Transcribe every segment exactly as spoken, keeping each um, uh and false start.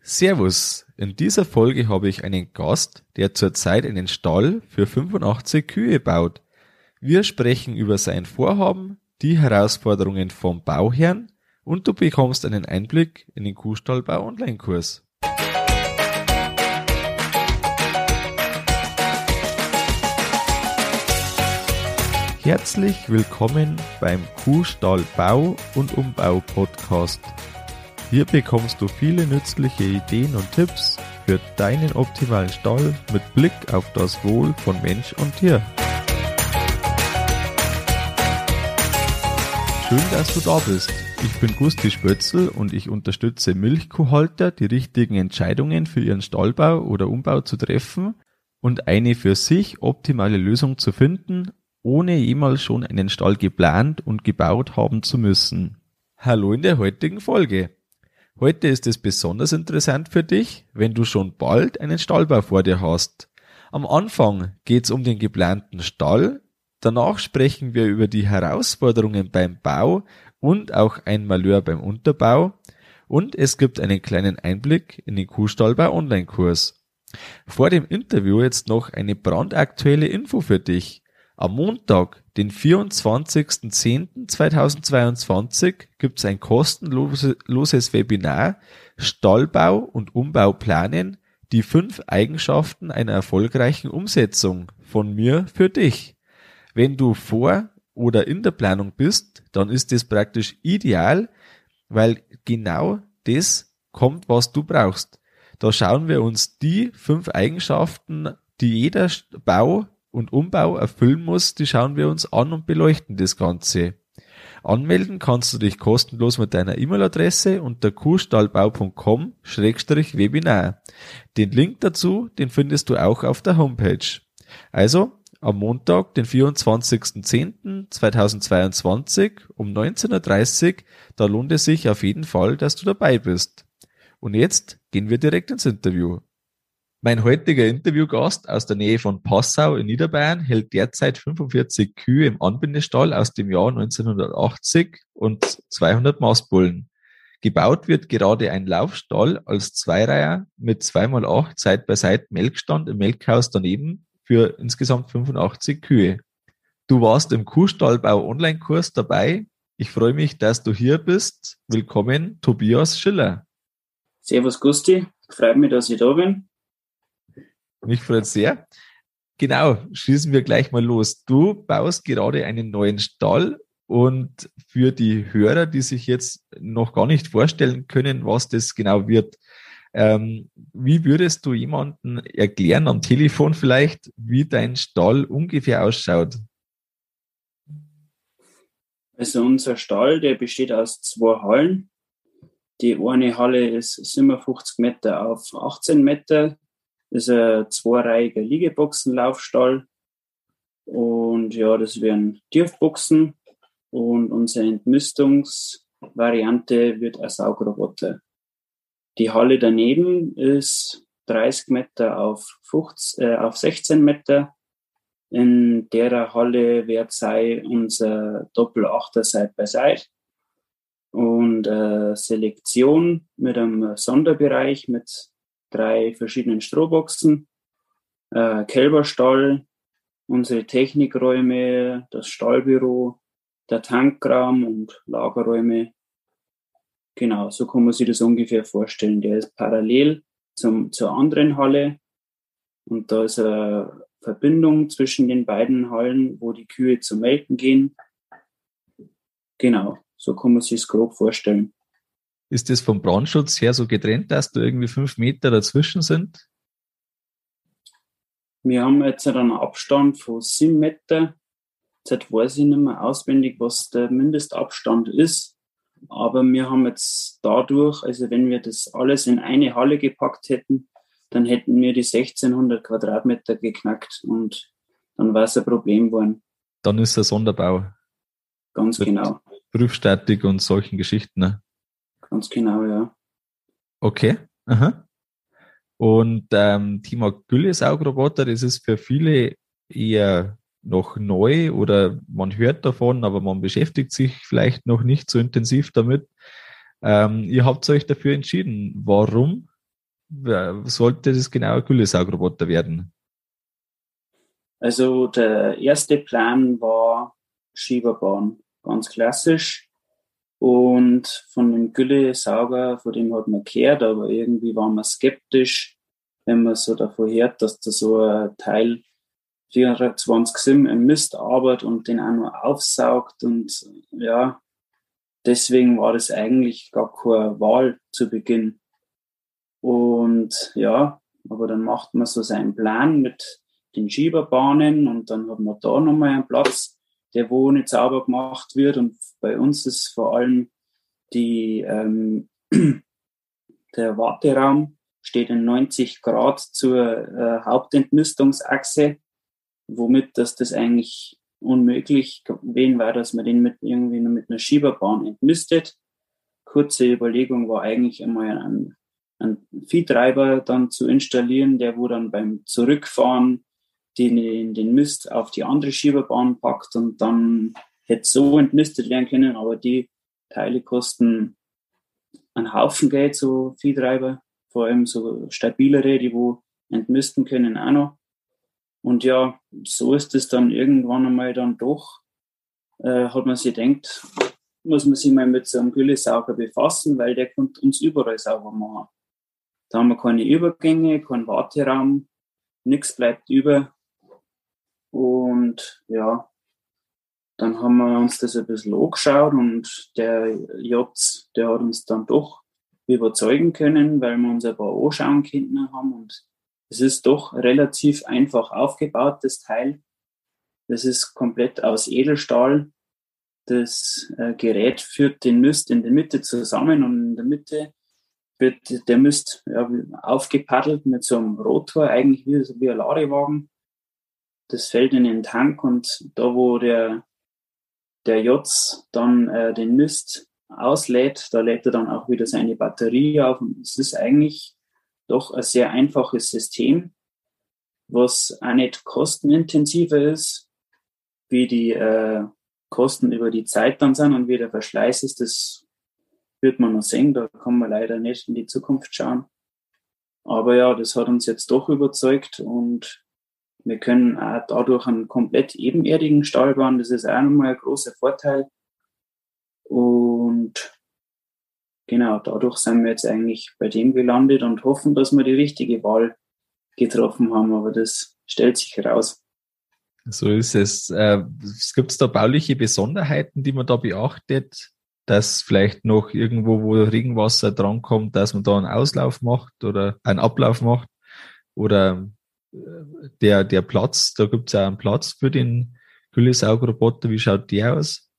Servus, in dieser Folge habe ich einen Gast, der zurzeit einen Stall für fünfundachtzig Kühe baut. Wir sprechen über sein Vorhaben, die Herausforderungen vom Bauherrn und du bekommst einen Einblick in den Kuhstallbau-Online-Kurs. Herzlich willkommen beim Kuhstallbau- und Umbau-Podcast. Hier bekommst du viele nützliche Ideen und Tipps für deinen optimalen Stall mit Blick auf das Wohl von Mensch und Tier. Schön, dass du da bist. Ich bin Gusti Spötzl und ich unterstütze Milchkuhhalter, die richtigen Entscheidungen für ihren Stallbau oder Umbau zu treffen und eine für sich optimale Lösung zu finden, ohne jemals schon einen Stall geplant und gebaut haben zu müssen. Hallo in der heutigen Folge. Heute ist es besonders interessant für dich, wenn du schon bald einen Stallbau vor dir hast. Am Anfang geht's um den geplanten Stall, danach sprechen wir über die Herausforderungen beim Bau und auch ein Malheur beim Unterbau und es gibt einen kleinen Einblick in den Kuhstallbau-Online-Kurs. Vor dem Interview jetzt noch eine brandaktuelle Info für dich. Am Montag, den vierundzwanzigsten zehnten zweitausendzweiundzwanzig, gibt es ein kostenloses Webinar Stallbau und Umbau planen, die fünf Eigenschaften einer erfolgreichen Umsetzung von mir für dich. Wenn du vor oder in der Planung bist, dann ist das praktisch ideal, weil genau das kommt, was du brauchst. Da schauen wir uns die fünf Eigenschaften, die jeder Bau und Umbau erfüllen muss, die schauen wir uns an und beleuchten das Ganze. Anmelden kannst du dich kostenlos mit deiner E-Mail-Adresse unter kuhstallbau punkt com Schrägstrich Webinar. Den Link dazu, den findest du auch auf der Homepage. Also am Montag, den vierundzwanzigsten zehnten zweitausendzweiundzwanzig um neunzehn Uhr dreißig, da lohnt es sich auf jeden Fall, dass du dabei bist. Und jetzt gehen wir direkt ins Interview. Mein heutiger Interviewgast aus der Nähe von Passau in Niederbayern hält derzeit fünfundvierzig Kühe im Anbindestall aus dem Jahr neunzehnhundertachtzig und zweihundert Mastbullen. Gebaut wird gerade ein Laufstall als Zweireiher mit zwei mal acht Seit bei Seit Melkstand im Melkhaus daneben für insgesamt fünfundachtzig Kühe. Du warst im Kuhstallbau-Online-Kurs dabei. Ich freue mich, dass du hier bist. Willkommen, Tobias Schiller. Servus Gusti, freut mich, dass ich da bin. Mich freut sehr. Genau, schießen wir gleich mal los. Du baust gerade einen neuen Stall und für die Hörer, die sich jetzt noch gar nicht vorstellen können, was das genau wird, ähm, wie würdest du jemandem erklären, am Telefon vielleicht, wie dein Stall ungefähr ausschaut? Also unser Stall, der besteht aus zwei Hallen. Die eine Halle ist siebenundfünfzig Meter auf achtzehn Meter. Das ist ein zweireihiger Liegeboxenlaufstall und ja, das wären Tiefboxen und unsere Entmistungsvariante wird ein Saugroboter. Die Halle daneben ist dreißig Meter auf, fünfzig, äh, auf sechzehn Meter. In der Halle wird sei unser Doppel-Achter Side by Side und äh, Selektion mit einem Sonderbereich mit drei verschiedenen Strohboxen, äh, Kälberstall, unsere Technikräume, das Stallbüro, der Tankraum und Lagerräume. Genau, so kann man sich das ungefähr vorstellen. Der ist parallel zum, zur anderen Halle und da ist eine Verbindung zwischen den beiden Hallen, wo die Kühe zum Melken gehen. Genau, so kann man sich es grob vorstellen. Ist das vom Brandschutz her so getrennt, dass da irgendwie fünf Meter dazwischen sind? Wir haben jetzt einen Abstand von sieben Meter. Jetzt weiß ich nicht mehr auswendig, was der Mindestabstand ist. Aber wir haben jetzt dadurch, also wenn wir das alles in eine Halle gepackt hätten, dann hätten wir die sechzehnhundert Quadratmeter geknackt und dann wäre es ein Problem geworden. Dann ist es ein Sonderbau. Ganz Mit genau. Prüfstatik und solchen Geschichten, ne? Ganz genau, ja. Okay. Aha. Und ähm, Thema Güllesaugroboter, das ist für viele eher noch neu oder man hört davon, aber man beschäftigt sich vielleicht noch nicht so intensiv damit. Ähm, ihr habt euch dafür entschieden. Warum sollte das genau ein Güllesaugroboter werden? Also der erste Plan war Schieberbahn, ganz klassisch. Und von dem Güllesauger, von dem hat man gehört, aber irgendwie war man skeptisch, wenn man so davor hört, dass da so ein Teil vierundzwanzig sieben im Mist arbeitet und den auch nur aufsaugt. Und ja, deswegen war das eigentlich gar keine Wahl zu Beginn. Und ja, aber dann macht man so seinen Plan mit den Schieberbahnen und dann hat man da nochmal einen Platz, der wo nicht sauber gemacht wird. Und bei uns ist vor allem die, ähm, der Warteraum steht in neunzig Grad zur äh, Hauptentmistungsachse, womit das, das eigentlich unmöglich gewesen war, dass man den mit irgendwie mit einer Schieberbahn entmistet. Kurze Überlegung war eigentlich einmal ein, ein Viehtreiber dann zu installieren, der wo dann beim Zurückfahren den, den Mist auf die andere Schieberbahn packt und dann hätte so entmistet werden können, aber die Teile kosten einen Haufen Geld, so Viehtreiber, vor allem so stabilere, die wo entmisten können auch noch. Und ja, so ist es dann irgendwann einmal dann doch, äh, hat man sich gedacht, muss man sich mal mit so einem Güllesauger befassen, weil der kann uns überall sauber machen. Da haben wir keine Übergänge, keinen Warteraum, nichts bleibt über. Und ja, dann haben wir uns das ein bisschen angeschaut und der Jotz, der hat uns dann doch überzeugen können, weil wir uns ein paar anschauen können haben. Und es ist doch relativ einfach aufgebaut, das Teil. Das ist komplett aus Edelstahl. Das äh, Gerät führt den Mist in der Mitte zusammen und in der Mitte wird der Mist ja, aufgepaddelt mit so einem Rotor, eigentlich wie, wie ein Ladewagen. Das fällt in den Tank und da, wo der, der Jotz dann äh, den Mist auslädt, da lädt er dann auch wieder seine Batterie auf. Und es ist eigentlich doch ein sehr einfaches System, was auch nicht kostenintensiver ist, wie die äh, Kosten über die Zeit dann sind und wie der Verschleiß ist. Das wird man noch sehen, da kann man leider nicht in die Zukunft schauen. Aber ja, das hat uns jetzt doch überzeugt und wir können auch dadurch einen komplett ebenerdigen Stall bauen. Das ist auch nochmal ein großer Vorteil. Und genau, dadurch sind wir jetzt eigentlich bei dem gelandet und hoffen, dass wir die richtige Wahl getroffen haben. Aber das stellt sich heraus. So ist es. Äh, Gibt es da bauliche Besonderheiten, die man da beachtet, dass vielleicht noch irgendwo, wo Regenwasser drankommt, dass man da einen Auslauf macht oder einen Ablauf macht? Oder der, der Platz, da gibt es auch einen Platz für den Güllesaugroboter. Wie schaut der aus?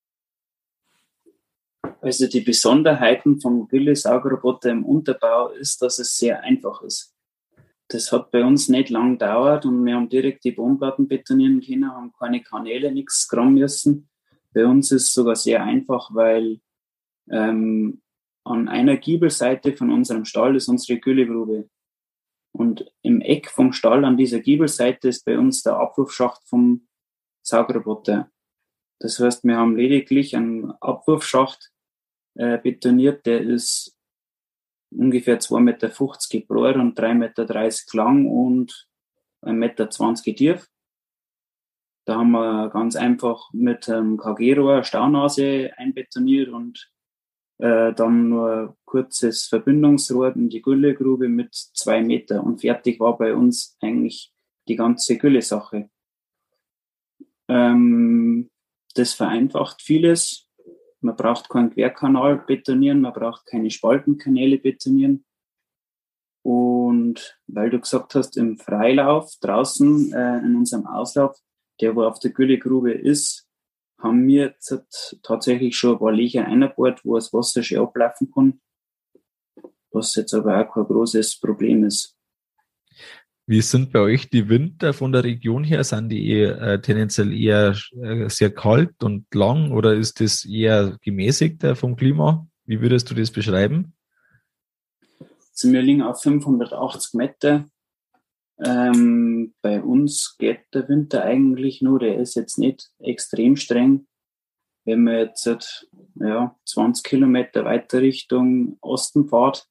Also die Besonderheiten vom Güllesaugroboter im Unterbau ist, dass es sehr einfach ist. Das hat bei uns nicht lang gedauert und wir haben direkt die Bodenplatten betonieren können, haben keine Kanäle, nichts graben müssen. Bei uns ist es sogar sehr einfach, weil ähm, an einer Giebelseite von unserem Stall ist unsere Güllegrube. Und im Eck vom Stall an dieser Giebelseite ist bei uns der Abwurfschacht vom Saugroboter. Das heißt, wir haben lediglich einen Abwurfschacht äh, betoniert, der ist ungefähr zwei Meter fünfzig breit und drei Meter dreißig lang und ein Meter zwanzig tief. Da haben wir ganz einfach mit einem K G-Rohr eine Staunase einbetoniert und äh, dann nur ein kurzes Verbindungsrohr in die Güllegrube mit zwei Meter und fertig war bei uns eigentlich die ganze Güllesache. Ähm, das vereinfacht vieles. Man braucht keinen Querkanal betonieren, man braucht keine Spaltenkanäle betonieren. Und weil du gesagt hast, im Freilauf draußen äh, in unserem Auslauf, der wo auf der Güllegrube ist, haben wir jetzt tatsächlich schon ein paar Löcher eingebaut, wo das Wasser schön ablaufen kann, was jetzt aber auch kein großes Problem ist. Wie sind bei euch die Winter von der Region her? Sind die eher, äh, tendenziell eher äh, sehr kalt und lang oder ist das eher gemäßigter vom Klima? Wie würdest du das beschreiben? Also wir liegen auf fünfhundertachtzig Meter. Ähm, bei uns geht der Winter eigentlich nur, der ist jetzt nicht extrem streng. Wenn man jetzt ja, zwanzig Kilometer weiter Richtung Osten fährt,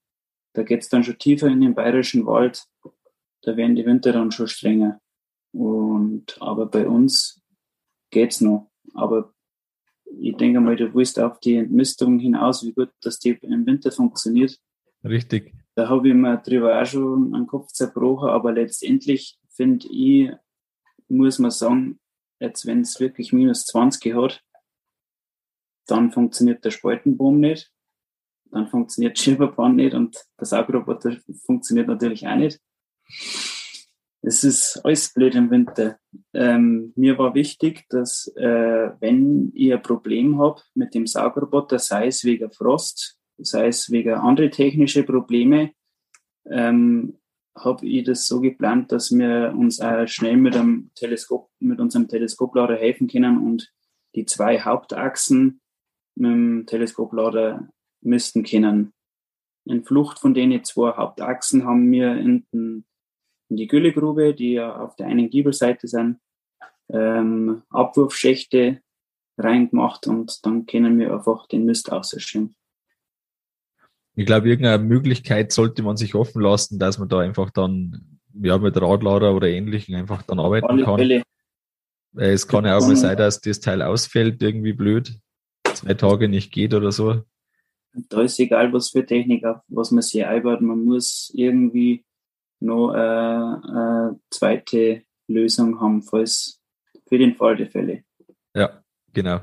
Da geht's dann schon tiefer in den bayerischen Wald. Da werden die Winter dann schon strenger. Und, aber bei uns geht's noch. Aber ich denke mal, du willst auf die Entmistung hinaus, wie gut das die im Winter funktioniert. Richtig. Da habe ich mir drüber auch schon einen Kopf zerbrochen, aber letztendlich finde ich, muss man sagen, jetzt wenn es wirklich minus zwanzig hat, dann funktioniert der Spaltenboom nicht, dann funktioniert die Schieberbahn nicht und der Saugroboter funktioniert natürlich auch nicht. Es ist alles blöd im Winter. Ähm, mir war wichtig, dass äh, wenn ich ein Problem habe mit dem Saugroboter, sei es wegen Frost, sei es wegen andere technische Probleme, ähm, habe ich das so geplant, dass wir uns auch schnell mit einem Teleskop, mit unserem Teleskoplader helfen können und die zwei Hauptachsen mit dem Teleskoplader misten können. In Flucht von denen zwei Hauptachsen haben wir in, den, in die Güllegrube, die ja auf der einen Giebelseite sind, ähm, Abwurfschächte reingemacht und dann können wir einfach den Mist ausschieben. Ich glaube, irgendeine Möglichkeit sollte man sich offen lassen, dass man da einfach dann ja mit Radlader oder Ähnlichem einfach dann arbeiten Alle kann. Fälle. Es kann ja auch mal sein, dass das Teil ausfällt, irgendwie blöd, zwei Tage nicht geht oder so. Da ist egal, was für Technik, auf was man sich einbaut. Man muss irgendwie noch eine, eine zweite Lösung haben, falls für den Fall der Fälle. Ja, genau.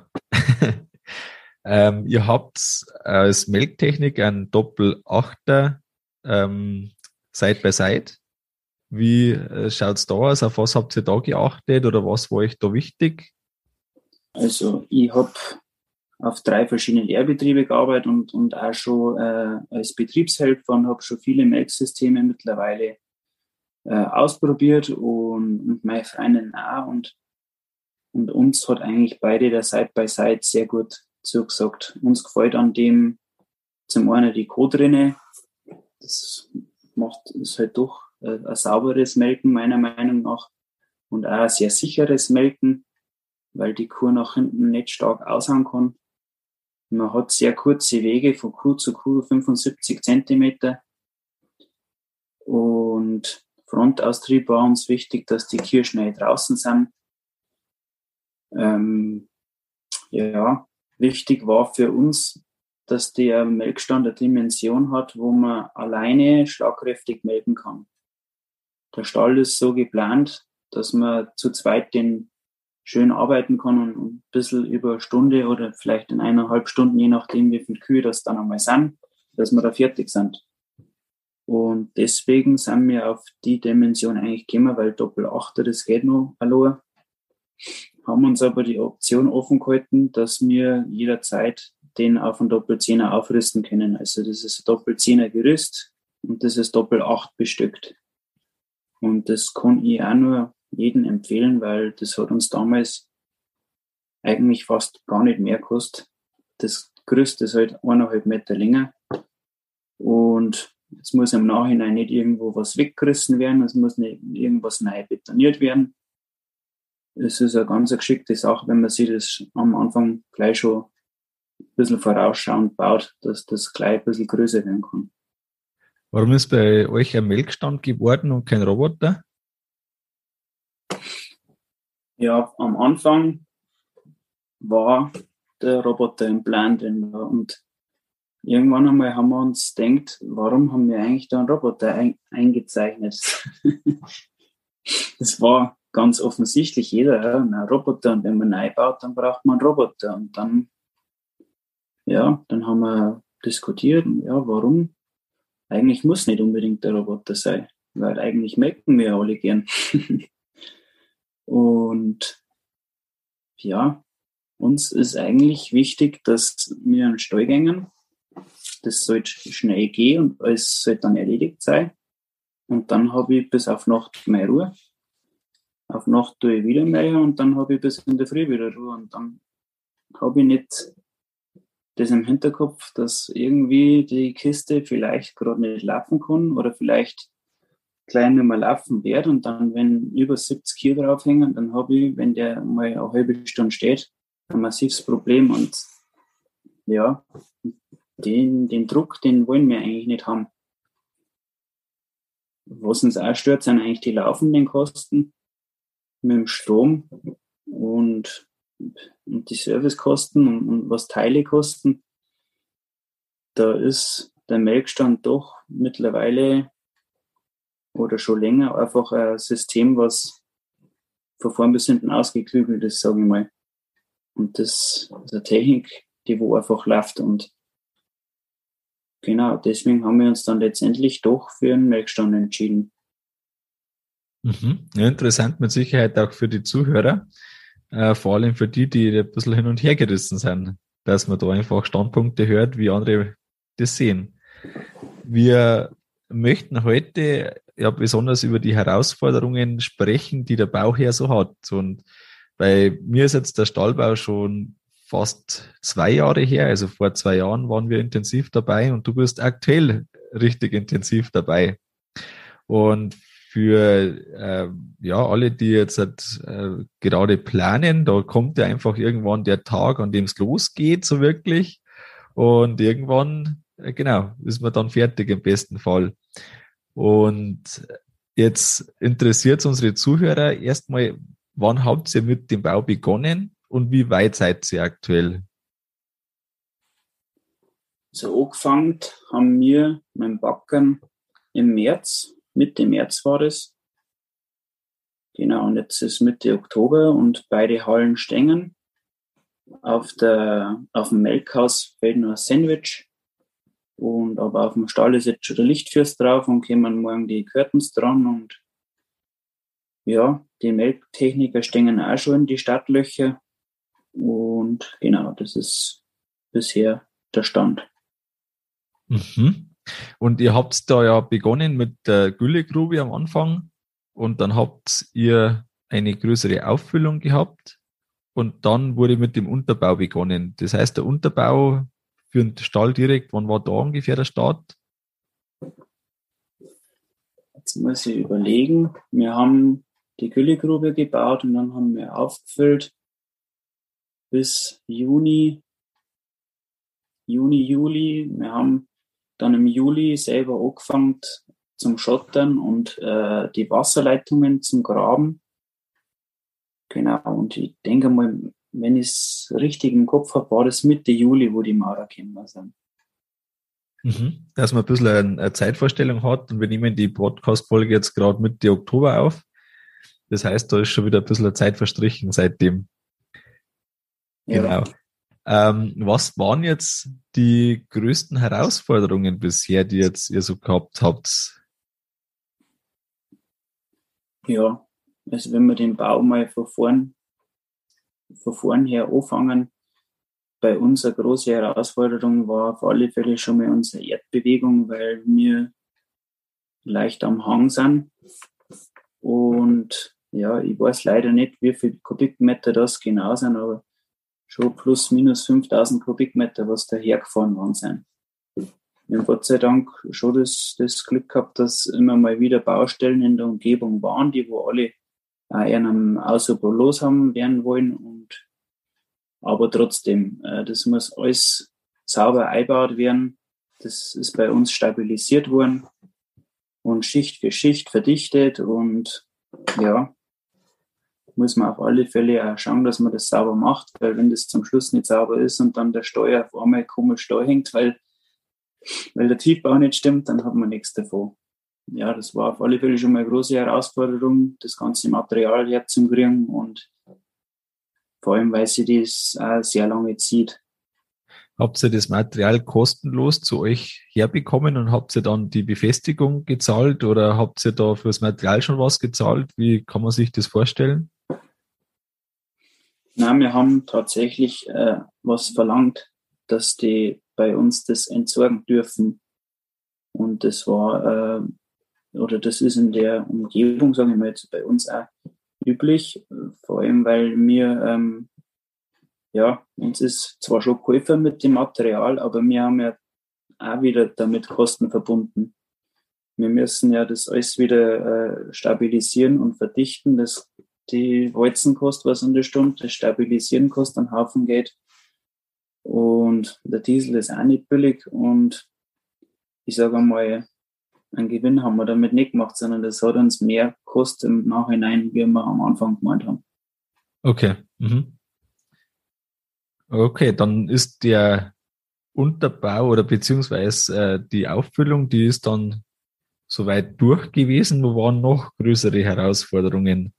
ähm, ihr habt als Melktechnik einen Doppel-Achter ähm, Side by Side. Wie äh, schaut's da aus? Auf was habt ihr da geachtet oder was war euch da wichtig? Also ich habe auf drei verschiedenen Lehrbetriebe gearbeitet und, und auch schon äh, als Betriebshelfer und habe schon viele Melksysteme mittlerweile äh, ausprobiert und, und meine Freundin auch. Und, und uns hat eigentlich beide der Side-by-Side sehr gut zugesagt. Uns gefällt an dem zum einen die Kotrinne. Das macht es halt doch äh, ein sauberes Melken meiner Meinung nach und auch ein sehr sicheres Melken, weil die Kuh nach hinten nicht stark aushauen kann. Man hat sehr kurze Wege von Kuh zu Kuh, fünfundsiebzig Zentimeter. Und Frontaustrieb war uns wichtig, dass die Kühe schnell draußen sind. Ähm, ja, wichtig war für uns, dass der Melkstand eine Dimension hat, wo man alleine schlagkräftig melken kann. Der Stall ist so geplant, dass man zu zweit den schön arbeiten kann und ein bisschen über eine Stunde oder vielleicht in eineinhalb Stunden, je nachdem, wie viele Kühe das dann einmal sind, dass wir da fertig sind. Und deswegen sind wir auf die Dimension eigentlich gekommen, weil Doppel-Achter, das geht noch allein. Haben uns aber die Option offen gehalten, dass wir jederzeit den auf einen Doppelzehner aufrüsten können. Also das ist ein Doppelzehner Gerüst und das ist Doppel-Acht bestückt. Und das kann ich auch nur jedem empfehlen, weil das hat uns damals eigentlich fast gar nicht mehr gekostet. Das Gerüst ist halt eineinhalb Meter länger und jetzt muss im Nachhinein nicht irgendwo was weggerissen werden, es muss nicht irgendwas neu betoniert werden. Es ist eine ganz geschickte Sache, wenn man sich das am Anfang gleich schon ein bisschen vorausschauend baut, dass das gleich ein bisschen größer werden kann. Warum ist bei euch ein Melkstand geworden und kein Roboter? Ja, am Anfang war der Roboter im Plan drin und irgendwann einmal haben wir uns gedacht, warum haben wir eigentlich da einen Roboter ein, eingezeichnet? Das war ganz offensichtlich jeder, ja, ein Roboter und wenn man neu baut, dann braucht man einen Roboter und dann, ja, dann haben wir diskutiert, ja, warum? Eigentlich muss nicht unbedingt der Roboter sein, weil eigentlich melken wir alle gern. Und ja, uns ist eigentlich wichtig, dass wir einen Stall gehen. Das sollte schnell gehen und alles sollte dann erledigt sein. Und dann habe ich bis auf Nacht meine Ruhe. Auf Nacht tue ich wieder mehr und dann habe ich bis in der Früh wieder Ruhe. Und dann habe ich nicht das im Hinterkopf, dass irgendwie die Kiste vielleicht gerade nicht laufen kann oder vielleicht gleich nicht mehr laufen wird und dann, wenn über siebzig Kilo draufhängen, dann habe ich, wenn der mal eine halbe Stunde steht, ein massives Problem und ja, den, den Druck, den wollen wir eigentlich nicht haben. was uns auch stört, sind eigentlich die laufenden Kosten mit dem Strom und, und die Servicekosten und, und was Teile kosten. Da ist der Melkstand doch mittlerweile oder schon länger einfach ein System, was von vorn bis hinten ausgeklügelt ist, sage ich mal. Und das ist eine Technik, die wo einfach läuft. Und genau, deswegen haben wir uns dann letztendlich doch für einen Melkstand entschieden. Mhm. Ja, interessant mit Sicherheit auch für die Zuhörer, äh, vor allem für die, die ein bisschen hin und her gerissen sind, dass man da einfach Standpunkte hört, wie andere das sehen. Wir möchten heute ja besonders über die Herausforderungen sprechen, die der Bauherr so hat. Und bei mir ist jetzt der Stallbau schon fast zwei Jahre her, also vor zwei Jahren waren wir intensiv dabei und du bist aktuell richtig intensiv dabei. Und für äh, ja alle, die jetzt halt, äh, gerade planen, da kommt ja einfach irgendwann der Tag, an dem es losgeht, so wirklich. Und irgendwann, äh, genau, ist man dann fertig im besten Fall. Und jetzt interessiert unsere Zuhörer erstmal, wann habt ihr mit dem Bau begonnen und wie weit seid ihr aktuell? So angefangen haben wir mit dem Backen im März, Mitte März war das. Genau, und jetzt ist Mitte Oktober und beide Hallen stehen. Auf, der, auf dem Melkhaus fehlt noch ein Sandwich. Und aber auf dem Stall ist jetzt schon der Lichtfürst drauf und kommen morgen die Curtains dran. Und ja, die Melktechniker stehen auch schon in die Startlöcher. Und genau, das ist bisher der Stand. Mhm. Und ihr habt da ja begonnen mit der Güllegrube am Anfang und dann habt ihr eine größere Auffüllung gehabt und dann wurde mit dem Unterbau begonnen. Das heißt, der Unterbau für den Stall direkt, wann war da ungefähr der Start? Jetzt muss ich überlegen. Wir haben die Güllegrube gebaut und dann haben wir aufgefüllt bis Juni, Juni, Juli. Wir haben dann im Juli selber angefangen zum Schottern und äh, die Wasserleitungen zum Graben. Genau, und ich denke mal, wenn ich es richtig im Kopf habe, war das Mitte Juli, wo die Maurer gekommen sind. Mhm. Dass man ein bisschen eine, eine Zeitvorstellung hat und wir nehmen die Podcast-Folge jetzt gerade Mitte Oktober auf. Das heißt, da ist schon wieder ein bisschen eine Zeit verstrichen seitdem. Ja. Genau. Ähm, was waren jetzt die größten Herausforderungen bisher, die jetzt ihr so gehabt habt? Ja, also wenn wir den Bau mal von vorn, von vorn her anfangen, bei uns eine große Herausforderung war auf alle Fälle schon mal unsere Erdbewegung, weil wir leicht am Hang sind. Und ja, ich weiß leider nicht, wie viel Kubikmeter das genau sind, aber schon plus minus fünftausend Kubikmeter, was da hergefahren worden sind. Wir haben Gott sei Dank schon das, das Glück gehabt, dass immer mal wieder Baustellen in der Umgebung waren, die wo alle auch einem Ausbau los haben werden wollen. Und, aber trotzdem, äh, das muss alles sauber eingebaut werden. Das ist bei uns stabilisiert worden und Schicht für Schicht verdichtet. Und ja, muss man auf alle Fälle auch schauen, dass man das sauber macht, weil wenn das zum Schluss nicht sauber ist und dann der Steuer auf einmal komisch da hängt, weil weil der Tiefbau nicht stimmt, dann hat man nichts davon. Ja, das war auf alle Fälle schon mal eine große Herausforderung, das ganze Material herzukriegen und vor allem, weil sie das auch sehr lange zieht. Habt ihr das Material kostenlos zu euch herbekommen und habt ihr dann die Befestigung gezahlt oder habt ihr da für das Material schon was gezahlt? Wie kann man sich das vorstellen? Nein, wir haben tatsächlich äh, was verlangt, dass die bei uns das entsorgen dürfen. Und das war, äh, oder das ist in der Umgebung, sagen wir mal jetzt bei uns auch üblich, vor allem weil wir, ähm, ja, uns ist zwar schon geholfen mit dem Material, aber wir haben ja auch wieder damit Kosten verbunden. Wir müssen ja das alles wieder äh, stabilisieren und verdichten. Das, die Walzen kostet was in der Stunde, das Stabilisieren kostet einen Haufen Geld. Und der Diesel ist auch nicht billig. Und ich sage einmal, einen Gewinn haben wir damit nicht gemacht, sondern das hat uns mehr gekostet im Nachhinein, wie wir am Anfang gemeint haben. Okay. Mhm. Okay, dann ist der Unterbau oder beziehungsweise äh, die Auffüllung, die ist dann soweit durch gewesen. Wo waren noch größere Herausforderungen?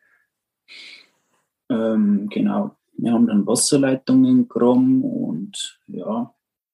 Ähm, genau. Wir haben dann Wasserleitungen gegraben und ja,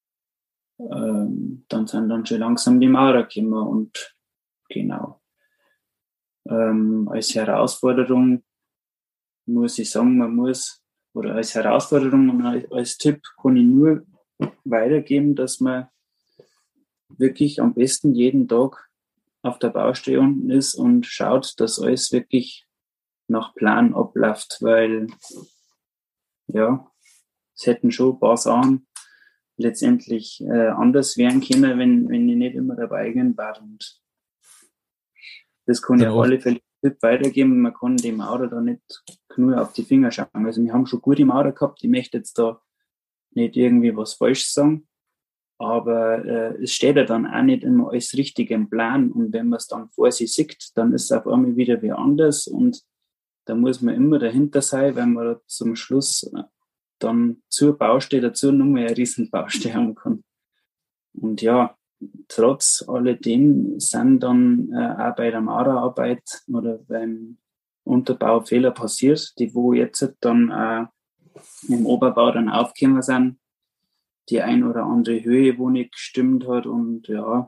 ähm, dann sind dann schon langsam die Maurer gekommen und genau. Ähm, als Herausforderung muss ich sagen, man muss, oder als Herausforderung und als, als Tipp kann ich nur weitergeben, dass man wirklich am besten jeden Tag auf der Baustelle unten ist und schaut, dass alles wirklich nach Plan abläuft, weil ja, es hätten schon ein paar Sachen letztendlich äh, anders werden können, wenn, wenn ich nicht immer dabei gewesen war. Und das kann ich auf alle Fälle Tipp weitergeben. Man kann dem Maurer da nicht nur auf die Finger schauen. Also wir haben schon gute Maurer gehabt. Ich möchte jetzt da nicht irgendwie was falsch sagen. Aber äh, es steht ja dann auch nicht immer alles richtig im Plan. Und wenn man es dann vor sich sieht, dann ist es auf einmal wieder wie anders. Und da muss man immer dahinter sein, wenn man zum Schluss dann zur Baustelle dazu noch mal eine riesen Baustelle haben kann. Und ja, trotz alledem sind dann äh, auch bei der Maurerarbeit oder beim Unterbau Fehler passiert, die wo jetzt dann äh, im Oberbau dann aufgekommen sind. Die ein oder andere Höhe, wo nicht gestimmt hat. Und ja,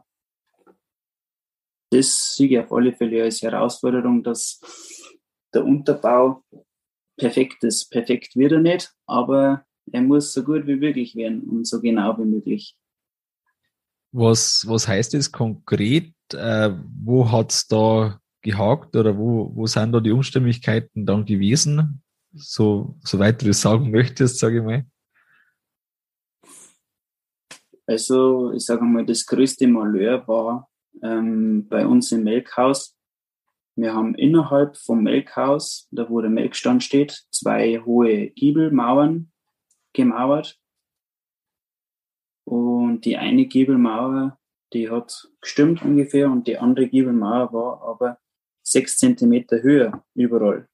das sehe ich auf alle Fälle als Herausforderung, dass der Unterbau perfekt ist. Perfekt wird er nicht, aber er muss so gut wie möglich werden und so genau wie möglich. Was, was heißt das konkret? Äh, wo hat's da gehakt oder wo, wo sind da die Unstimmigkeiten dann gewesen? So, soweit du das sagen möchtest, sage ich mal. Also, ich sage mal, das größte Malheur war ähm, bei uns im Melkhaus. Wir haben innerhalb vom Melkhaus, da wo der Melkstand steht, zwei hohe Giebelmauern gemauert. Und die eine Giebelmauer, die hat gestimmt ungefähr und die andere Giebelmauer war aber sechs Zentimeter höher überall.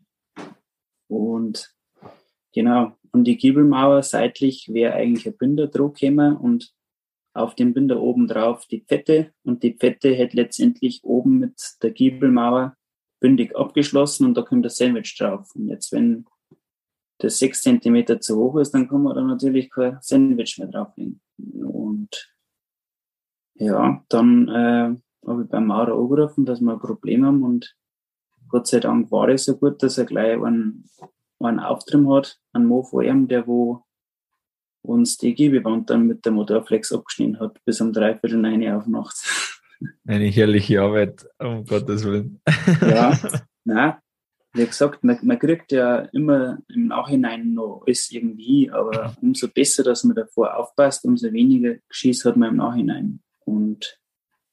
Und genau, und die Giebelmauer seitlich wäre eigentlich ein Binder drauf gekommen und auf dem Binder oben drauf die Pfette und die Pfette hätte letztendlich oben mit der Giebelmauer bündig abgeschlossen und da kommt das Sandwich drauf. Und jetzt, wenn das sechs Zentimeter zu hoch ist, dann kann man da natürlich kein Sandwich mehr drauflegen. Und ja, dann äh, habe ich beim Maurer angerufen, dass wir ein Problem haben und Gott sei Dank war es so gut, dass er gleich einen, einen Auftrieb hat, einen Mo von ihm, der wo uns die Giebewand dann mit der Motorflex abgeschnitten hat, bis um dreiviertel neun auf Nacht. Eine herrliche Arbeit, um Gottes Willen. Ja, nein, wie gesagt, man, man kriegt ja immer im Nachhinein noch alles irgendwie, aber umso besser, dass man davor aufpasst, umso weniger Geschiss hat man im Nachhinein. Und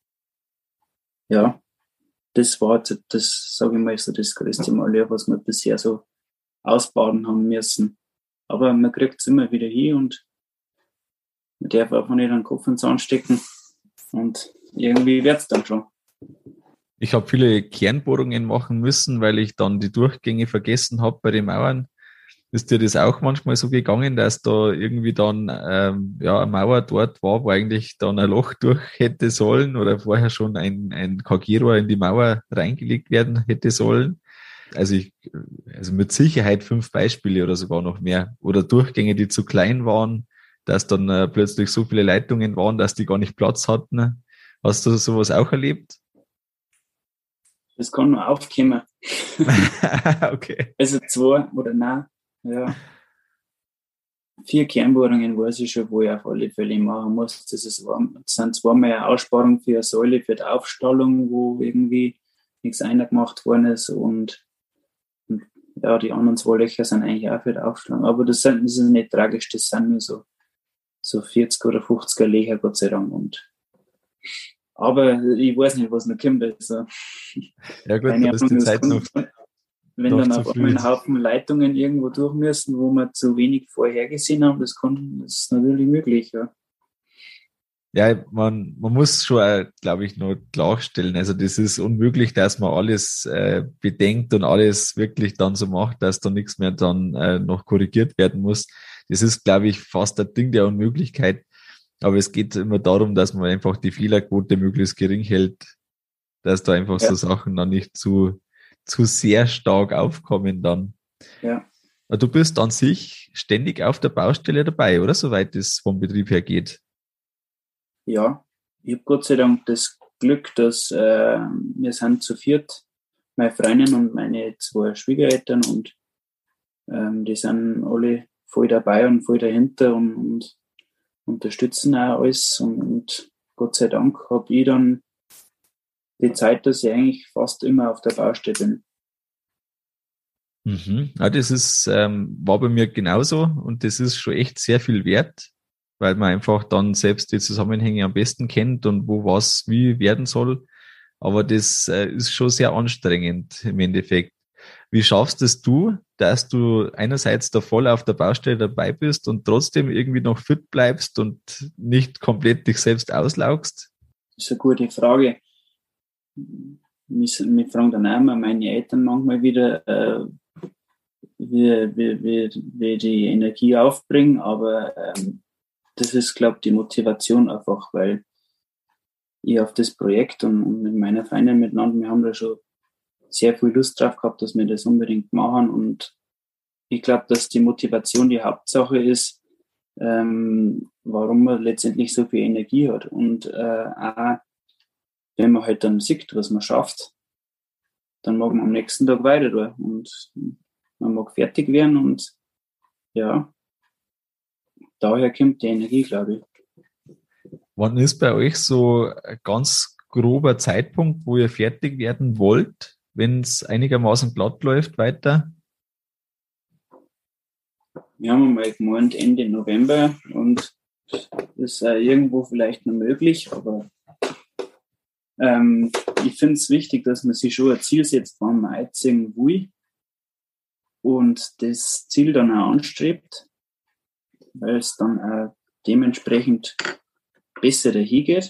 ja, das war das, das sage ich mal, so das größte Malheur, was wir bisher so ausbaden haben müssen. Aber man kriegt es immer wieder hin und man darf einfach nicht den Kopf ins Zahn stecken und irgendwie wird es dann schon. Ich habe viele Kernbohrungen machen müssen, weil ich dann die Durchgänge vergessen habe bei den Mauern. Ist dir das auch manchmal so gegangen, dass da irgendwie dann ähm, ja eine Mauer dort war, wo eigentlich dann ein Loch durch hätte sollen oder vorher schon ein, ein K G-Rohr in die Mauer reingelegt werden hätte sollen? Also ich, also mit Sicherheit fünf Beispiele oder sogar noch mehr. Oder Durchgänge, die zu klein waren, dass dann äh, plötzlich so viele Leitungen waren, dass die gar nicht Platz hatten. Hast du sowas auch erlebt? Das kann nur aufkommen. Okay. Also zwei oder nein, ja. Vier Kernbohrungen weiß ich schon, wo ich auf alle Fälle machen muss. Das, ist, das sind zweimal eine Aussparung für eine Säule, für die Aufstallung, wo irgendwie nichts eingemacht worden ist und Und ja, die anderen zwei Löcher sind eigentlich auch für die Aufstellung. Aber das, sind, das ist nicht tragisch, das sind nur so, so vierzig oder fünfziger Löcher, Gott sei Dank. Und, aber ich weiß nicht, was noch kommt. Also, ja gut, da ist die Zeit noch, wenn noch dann zu auf früh. einmal ein Haufen Leitungen irgendwo durch müssen, wo wir zu wenig vorhergesehen haben, das, kann, das ist natürlich möglich. Ja. Ja, man, man muss schon, glaube ich, noch klarstellen. Also das ist unmöglich, dass man alles äh, bedenkt und alles wirklich dann so macht, dass da nichts mehr dann äh, noch korrigiert werden muss. Das ist, glaube ich, fast ein Ding der Unmöglichkeit. Aber es geht immer darum, dass man einfach die Fehlerquote möglichst gering hält, dass da einfach so Ja, Sachen dann nicht zu, zu sehr stark aufkommen dann. ja, Du bist an sich ständig auf der Baustelle dabei, oder? Soweit es vom Betrieb her geht. ja. Ich habe Gott sei Dank das Glück, dass äh, wir sind zu viert, meine Freundin und meine zwei Schwiegereltern und ähm, die sind alle voll dabei und voll dahinter und, und unterstützen auch alles und, und Gott sei Dank habe ich dann die Zeit, dass ich eigentlich fast immer auf der Baustelle bin. Mhm. Ja, das ist, ähm, war bei mir genauso und das ist schon echt sehr viel wert, weil man einfach dann selbst die Zusammenhänge am besten kennt und wo was wie werden soll. Aber das äh, ist schon sehr anstrengend im Endeffekt. Wie schaffst es du, dass du einerseits da voll auf der Baustelle dabei bist und trotzdem irgendwie noch fit bleibst und nicht komplett dich selbst auslaugst? Das ist eine gute Frage. Mich, mich fragen dann auch immer meine Eltern manchmal wieder, äh, wie, wie, wie, wie ich die Energie aufbringen, aber ähm, das ist, glaube ich, die Motivation einfach, weil ich auf das Projekt und, und mit meiner Freundin miteinander, wir haben da schon sehr viel Lust drauf gehabt, dass wir das unbedingt machen und ich glaube, dass die Motivation die Hauptsache ist, ähm, warum man letztendlich so viel Energie hat und äh, auch wenn man halt dann sieht, was man schafft, dann mag man am nächsten Tag weiter tun und man mag fertig werden und ja, daher kommt die Energie, glaube ich. Wann ist bei euch so ein ganz grober Zeitpunkt, wo ihr fertig werden wollt, wenn es einigermaßen glatt läuft weiter? Wir haben mal gemeint Ende November und das ist äh, irgendwo vielleicht noch möglich, aber ähm, ich finde es wichtig, dass man sich schon ein Ziel setzt, wann man einziehen will und das Ziel dann auch anstrebt, weil es dann auch dementsprechend besser dahin geht.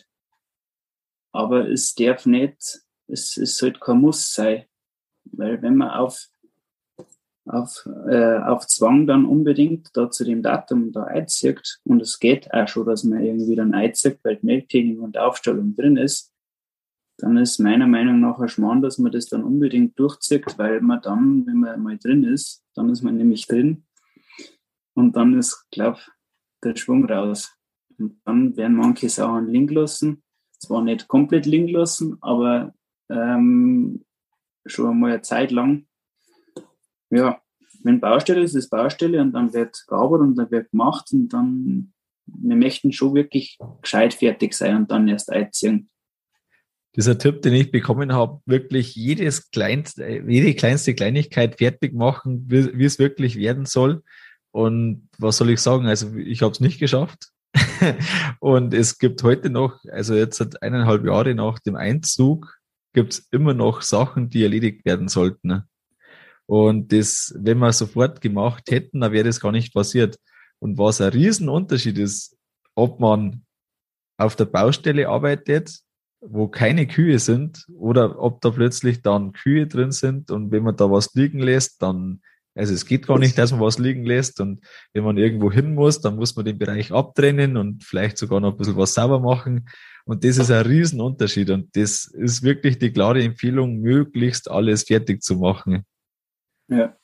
Aber es darf nicht, es, es sollte kein Muss sein, weil wenn man auf, auf, äh, auf Zwang dann unbedingt da zu dem Datum da einzieht und es geht auch schon, dass man irgendwie dann einzieht, weil die Melktechnik und Aufstellung drin ist, dann ist meiner Meinung nach ein Schmarrn, dass man das dann unbedingt durchzieht, weil man dann, wenn man mal drin ist, dann ist man nämlich drin und dann ist, glaube ich, der Schwung raus. Und dann werden manche Sachen liegen gelassen, zwar nicht komplett liegen lassen, aber ähm, schon einmal eine Zeit lang. Ja, wenn Baustelle ist, ist Baustelle und dann wird gearbeitet und dann wird gemacht und dann, wir möchten schon wirklich gescheit fertig sein und dann erst einziehen. Dieser Tipp, den ich bekommen habe, wirklich jedes kleinste, jede kleinste Kleinigkeit fertig machen, wie, wie es wirklich werden soll. Und was soll ich sagen? Also ich habe es nicht geschafft. Und es gibt heute noch, also jetzt seit eineinhalb Jahre nach dem Einzug, gibt es immer noch Sachen, die erledigt werden sollten. Und das, wenn wir sofort gemacht hätten, dann wäre das gar nicht passiert. Und was ein Riesenunterschied ist, ob man auf der Baustelle arbeitet, wo keine Kühe sind, oder ob da plötzlich dann Kühe drin sind und wenn man da was liegen lässt, dann, also es geht gar nicht, dass man was liegen lässt und wenn man irgendwo hin muss, dann muss man den Bereich abtrennen und vielleicht sogar noch ein bisschen was sauber machen und das ist ein Riesenunterschied und das ist wirklich die klare Empfehlung, möglichst alles fertig zu machen. Ja.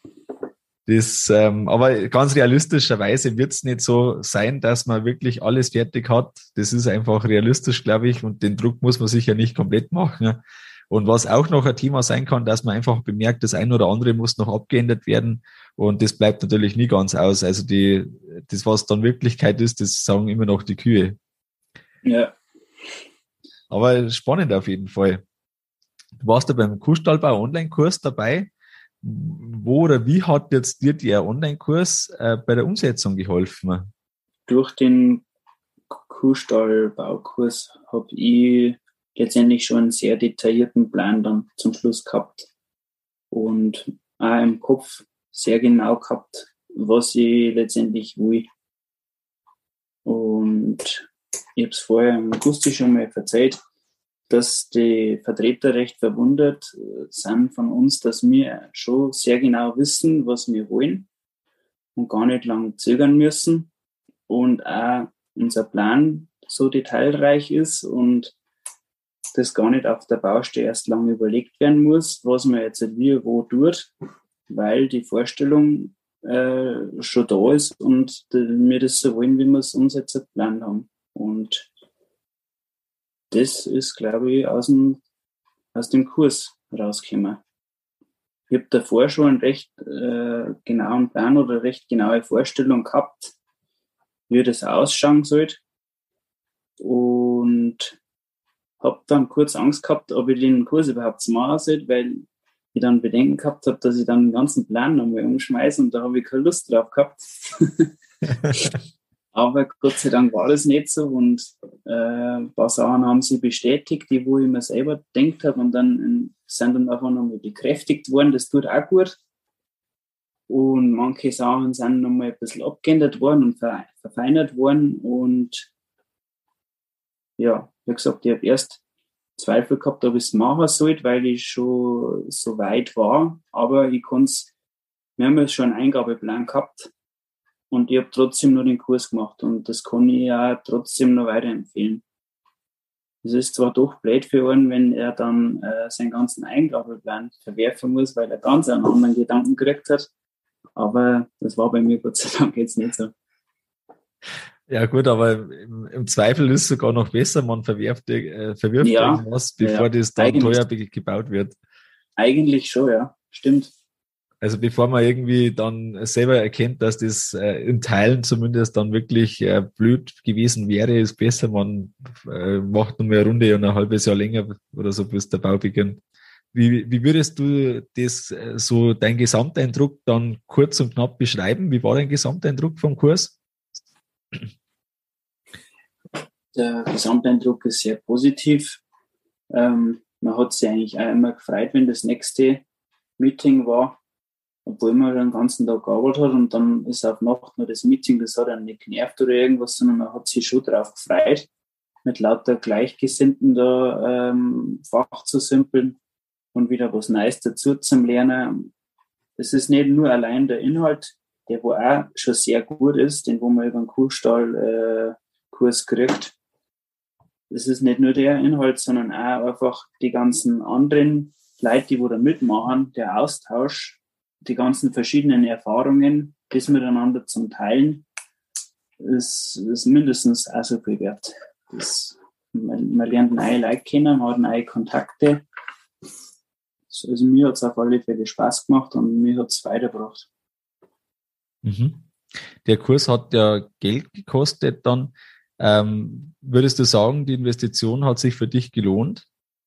Das, ähm, aber ganz realistischerweise wird es nicht so sein, dass man wirklich alles fertig hat. Das ist einfach realistisch, glaube ich, und den Druck muss man sich ja nicht komplett machen. Und was auch noch ein Thema sein kann, dass man einfach bemerkt, das eine oder andere muss noch abgeändert werden und das bleibt natürlich nie ganz aus. Also die, das, was dann Wirklichkeit ist, das sagen immer noch die Kühe. Ja. Aber spannend auf jeden Fall. Du warst ja beim Kuhstallbau Online-Kurs dabei. Wo oder wie hat jetzt dir der Online-Kurs äh, bei der Umsetzung geholfen? Durch den Kuhstallbaukurs habe ich letztendlich schon einen sehr detaillierten Plan dann zum Schluss gehabt und auch im Kopf sehr genau gehabt, was ich letztendlich will. Und ich habe es vorher im August schon mal erzählt, dass die Vertreter recht verwundert sind von uns, dass wir schon sehr genau wissen, was wir wollen und gar nicht lange zögern müssen und auch unser Plan so detailreich ist und das gar nicht auf der Baustelle erst lange überlegt werden muss, was man jetzt wie wo tut, weil die Vorstellung äh, schon da ist und wir das so wollen, wie wir es uns jetzt geplant haben. Und das ist, glaube ich, aus dem, aus dem Kurs rausgekommen. Ich habe davor schon einen recht äh, genauen Plan oder recht genaue Vorstellung gehabt, wie das ausschauen sollte. Und habe dann kurz Angst gehabt, ob ich den Kurs überhaupt machen soll, weil ich dann Bedenken gehabt habe, dass ich dann den ganzen Plan nochmal umschmeiße und da habe ich keine Lust drauf gehabt. Aber Gott sei Dank war das nicht so und äh, ein paar Sachen haben sie bestätigt, die wo ich mir selber gedacht habe und dann sind dann einfach nochmal bekräftigt worden, das tut auch gut. Und manche Sachen sind nochmal ein bisschen abgeändert worden und ver- verfeinert worden und ja, wie gesagt, ich habe erst Zweifel gehabt, ob ich es machen sollte, weil ich schon so weit war, aber ich konnte es, wir haben ja schon einen Eingabeplan gehabt. Und ich habe trotzdem noch den Kurs gemacht und das kann ich ja trotzdem noch weiterempfehlen. Es ist zwar doch blöd für einen, wenn er dann äh, seinen ganzen Eingabeplan verwerfen muss, weil er ganz einen anderen Gedanken gekriegt hat, aber das war bei mir Gott sei Dank jetzt nicht so. Ja gut, aber im, im Zweifel ist es sogar noch besser, man verwirft, äh, verwirft Ja, irgendwas, bevor ja, das dann eigentlich, teuer be- gebaut wird. eigentlich schon, ja, stimmt. Also bevor man irgendwie dann selber erkennt, dass das äh, in Teilen zumindest dann wirklich äh, blöd gewesen wäre, ist besser, man äh, macht nur mehr eine Runde und ein halbes Jahr länger oder so, bis der Bau beginnt. Wie, wie würdest du das äh, so, dein Gesamteindruck dann kurz und knapp beschreiben? Wie war dein Gesamteindruck vom Kurs? Der Gesamteindruck ist sehr positiv. Ähm, man hat sich eigentlich auch immer gefreut, wenn das nächste Meeting war. Obwohl man den ganzen Tag gearbeitet hat und dann ist auf Nacht noch das Meeting, das hat einen nicht genervt oder irgendwas, sondern man hat sich schon darauf gefreut, mit lauter Gleichgesinnten da ähm, Fach zu simpeln und wieder was Neues dazu zu lernen. Das ist nicht nur allein der Inhalt, der wo auch schon sehr gut ist, den wo man über den Kuhstall-Kurs äh, kriegt. Das ist nicht nur der Inhalt, sondern auch einfach die ganzen anderen Leute, die wo da mitmachen, der Austausch, die ganzen verschiedenen Erfahrungen, das miteinander zum Teilen, ist, ist mindestens auch so viel wert. Das, man, man lernt neue Leute kennen, man hat neue Kontakte. Also mir hat es auf alle Fälle Spaß gemacht und mir hat es weitergebracht. Mhm. Der Kurs hat ja Geld gekostet dann. Ähm, würdest du sagen, die Investition hat sich für dich gelohnt?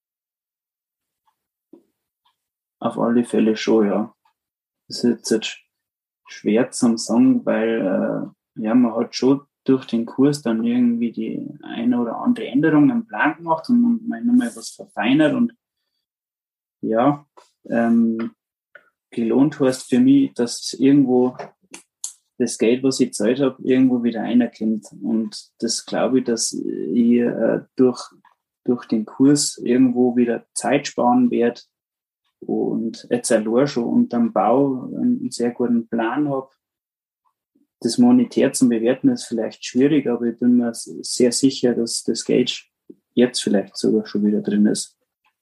Auf alle Fälle schon, ja. Das ist jetzt schwer zu sagen, weil äh, ja, man hat schon durch den Kurs dann irgendwie die eine oder andere Änderung im Plan gemacht und man nochmal was verfeinert und ja, ähm, gelohnt heißt für mich, dass irgendwo das Geld, was ich gezahlt habe, irgendwo wieder einerkommt. Und das glaube ich, dass ich äh, durch, durch den Kurs irgendwo wieder Zeit sparen werde und jetzt allein schon unterm Bau einen sehr guten Plan habe. Das monetär zu bewerten ist vielleicht schwierig, aber ich bin mir sehr sicher, dass das Geld jetzt vielleicht sogar schon wieder drin ist.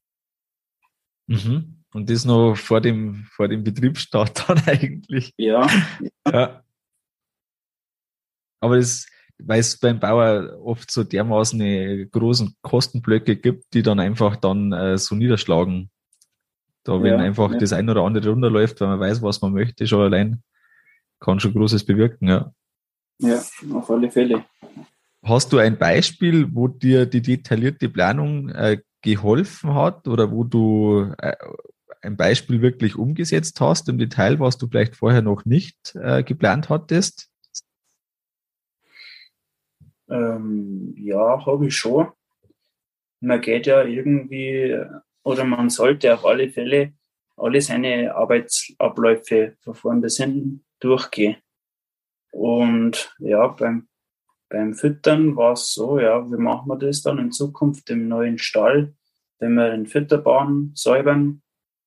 Mhm. Und das noch vor dem, vor dem Betriebsstart dann eigentlich. Ja. Ja. Aber das, weil es beim Bauer oft so dermaßen großen Kostenblöcke gibt, die dann einfach dann äh, so niederschlagen. Da, wenn Ja, einfach ja. das ein oder andere runterläuft, weil man weiß, was man möchte, schon allein, kann schon Großes bewirken, ja. Ja, auf alle Fälle. Hast du ein Beispiel, wo dir die detaillierte Planung äh, geholfen hat oder wo du äh, ein Beispiel wirklich umgesetzt hast im Detail, was du vielleicht vorher noch nicht äh, geplant hattest? Ähm, ja, habe ich schon. Man geht ja irgendwie, oder man sollte auf alle Fälle alle seine Arbeitsabläufe von vorn bis hinten durchgehen. Und ja, beim, beim Füttern war es so, ja, wie machen wir das dann in Zukunft im neuen Stall, wenn wir den Fütterbahn säubern.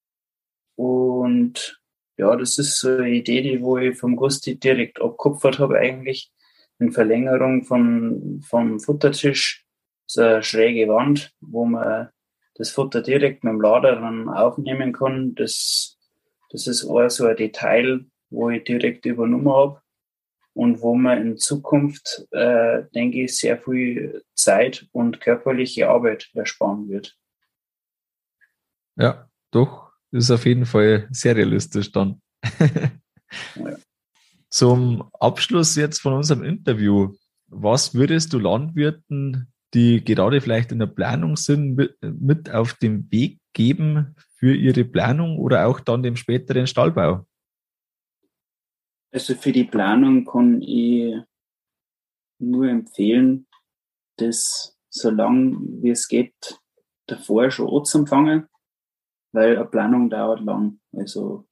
Und ja, das ist so eine Idee, die wo ich vom Gusti direkt abgekupfert habe eigentlich, in Verlängerung von, vom Futtertisch, so eine schräge Wand, wo man das Futter direkt mit dem Lader dann aufnehmen kann. Das, das ist auch so ein Detail, wo ich direkt übernommen habe und wo man in Zukunft, äh, denke ich, sehr viel Zeit und körperliche Arbeit ersparen wird. Ja, doch, das ist auf jeden Fall sehr realistisch dann. Ja. Zum Abschluss jetzt von unserem Interview, was würdest du Landwirten, die gerade vielleicht in der Planung sind, mit, mit auf den Weg geben für ihre Planung oder auch dann dem späteren Stallbau? Also für die Planung kann ich nur empfehlen, das so lange wie es geht davor schon anzufangen, weil eine Planung dauert lang. Also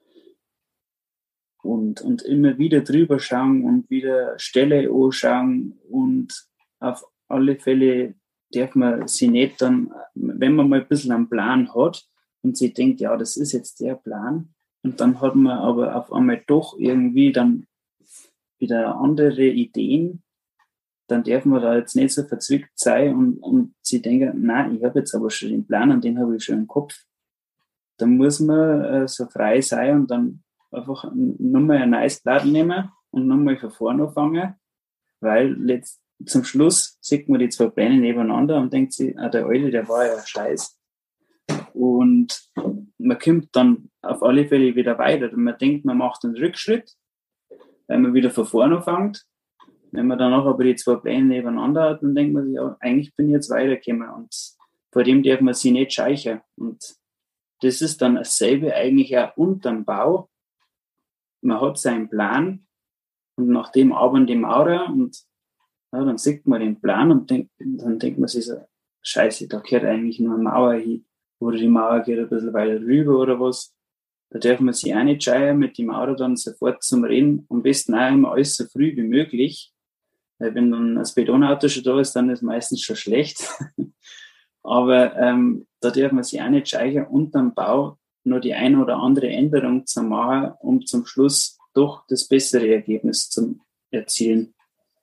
und, und immer wieder drüber schauen und wieder Stelle anschauen und auf alle Fälle darf man sie nicht dann, wenn man mal ein bisschen einen Plan hat und sie denkt, ja, das ist jetzt der Plan, und dann hat man aber auf einmal doch irgendwie dann wieder andere Ideen, dann darf man da jetzt nicht so verzwickt sein und, und sie denken, nein, ich habe jetzt aber schon den Plan und den habe ich schon im Kopf. Dann muss man äh, so frei sein und dann einfach nochmal ein neues Blatt nehmen und nochmal von vorne anfangen, weil letzt, zum Schluss sieht man die zwei Pläne nebeneinander und denkt sich, ah, der alte, der war ja scheiße. Und man kommt dann auf alle Fälle wieder weiter. Und man denkt, man macht einen Rückschritt, weil man wieder von vorne anfängt. Wenn man dann auch aber die zwei Pläne nebeneinander hat, dann denkt man sich, ja, eigentlich bin ich jetzt weitergekommen. Und vor dem darf man sich nicht scheichern. Und das ist dann dasselbe eigentlich auch unterm Bau. Man hat seinen Plan und nach dem arbeiten die Maurer und ja, dann sieht man den Plan und denk, dann denkt man sich so, scheiße, da gehört eigentlich nur eine Mauer hin. Oder die Mauer geht ein bisschen weiter rüber oder was. Da darf man sich auch nicht scheuen, mit dem Maurer dann sofort zum Reden. Am besten auch immer alles so früh wie möglich. Weil wenn dann das Betonauto schon da ist, dann ist es meistens schon schlecht. Aber ähm, da darf man sich auch nicht scheuen, unterm Bau nur die eine oder andere Änderung zu machen, um zum Schluss doch das bessere Ergebnis zu erzielen.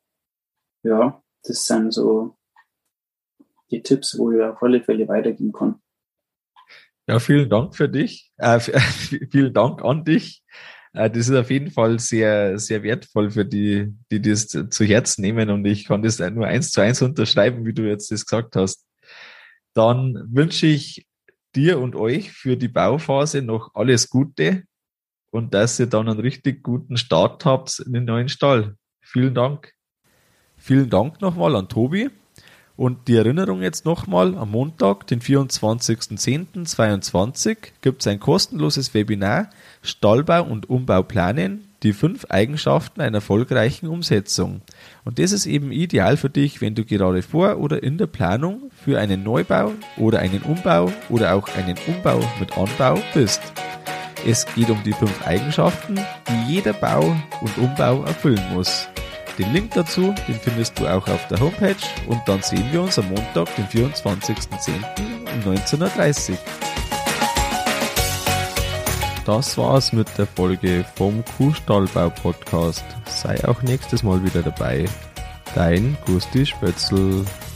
Ja, das sind so die Tipps, wo ich auf alle Fälle weitergehen kann. Ja, vielen Dank für dich. Äh, vielen Dank an dich. Äh, das ist auf jeden Fall sehr, sehr wertvoll für die, die das zu Herzen nehmen. Und ich kann das nur eins zu eins unterschreiben, wie du jetzt das gesagt hast. Dann wünsche ich dir und euch für die Bauphase noch alles Gute und dass ihr dann einen richtig guten Start habt in den neuen Stall. Vielen Dank. Vielen Dank nochmal an Tobi. Und die Erinnerung jetzt nochmal, am Montag, den vierundzwanzigsten zehnten zweiundzwanzig, gibt es ein kostenloses Webinar Stallbau und Umbau planen, die fünf Eigenschaften einer erfolgreichen Umsetzung. Und das ist eben ideal für dich, wenn du gerade vor oder in der Planung für einen Neubau oder einen Umbau oder auch einen Umbau mit Anbau bist. Es geht um die fünf Eigenschaften, die jeder Bau und Umbau erfüllen muss. Den Link dazu, den findest du auch auf der Homepage und dann sehen wir uns am Montag, den vierundzwanzigsten zehnten um neunzehn Uhr dreißig. Das war's mit der Folge vom Kuhstallbau-Podcast. Sei auch nächstes Mal wieder dabei. Dein Gusti Spötzl.